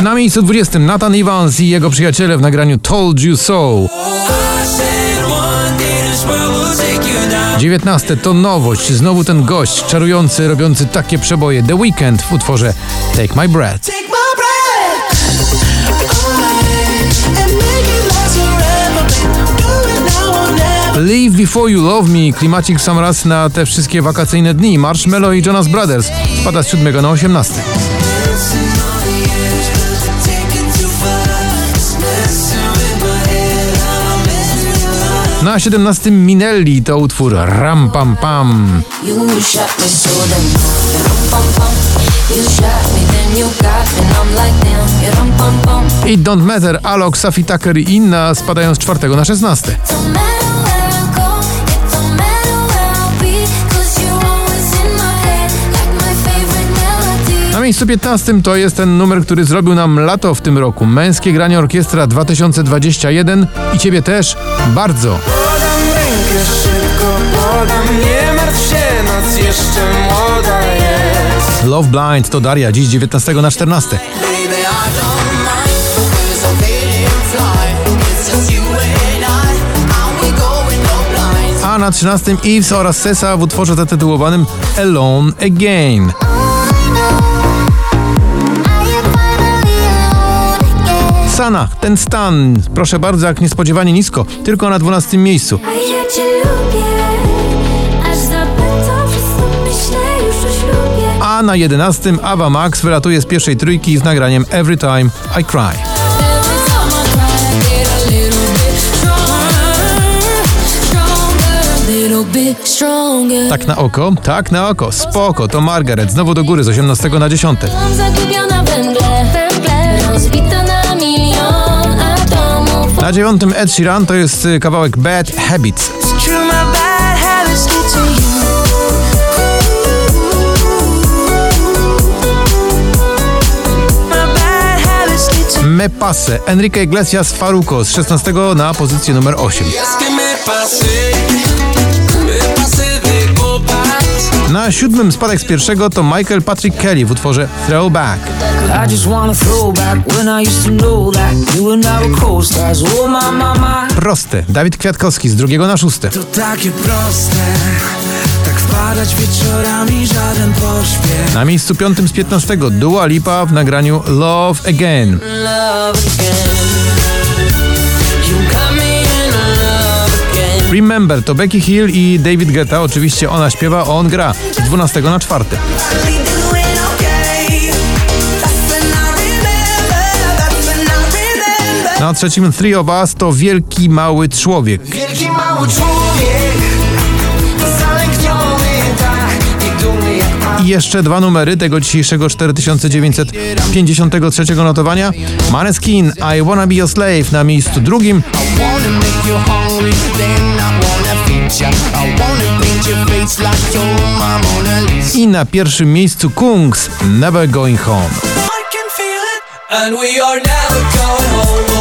Na miejscu 20 Nathan Evans i jego przyjaciele w nagraniu Told You So. 19 to nowość, znowu ten gość czarujący, robiący takie przeboje, The Weeknd w utworze Take My Breath. Leave Before You Love Me, klimacik sam raz na te wszystkie wakacyjne dni. Marshmello i Jonas Brothers spada z 7 na 18. Na 17 Minelli to utwór Ram Pam Pam. It Don't Matter, Alok, Safi Tucker i inna spadają z 4 na 16. Na miejscu 15 to jest ten numer, który zrobił nam lato w tym roku. Męskie granie orkiestra 2021 i ciebie też bardzo. Podam rękę szybko, podam, nie martw się, noc jeszcze młoda jest. Love Blind to Daria, dziś 19 na 14. A na 13 Yves oraz Sesa w utworze zatytułowanym Alone Again. Sana, ten stan, proszę bardzo, jak niespodziewanie nisko, tylko na 12 miejscu. A na 11 Ava Max wylatuje z pierwszej trójki z nagraniem Every Time I Cry. Tak na oko, spoko, to Margaret, znowu do góry z 18 na 10. Na 9 Ed Sheeran to jest kawałek Bad Habits. Me Pase, Enrique Iglesias Farruko z 16 na pozycję numer 8. Na 7 spadek z pierwszego to Michael Patrick Kelly w utworze Throwback. Proste, Dawid Kwiatkowski z 2 na 6. To takie proste, tak wpadać wieczorami, żaden pośpiech. Na miejscu 5 z 15 Dua Lipa w nagraniu Love Again. Remember to Becky Hill i David Guetta, oczywiście ona śpiewa, on gra z 12 na 4. Na 3 Three of Us to Wielki Mały Człowiek. Wielki mały człowiek, zalękniony tak i dumny jak pan. I jeszcze 2 numery tego dzisiejszego 4953 notowania. Maneskin, I Wanna Be Your Slave na miejscu 2. I na 1 miejscu Kungs, Never Going Home. And we are never going home.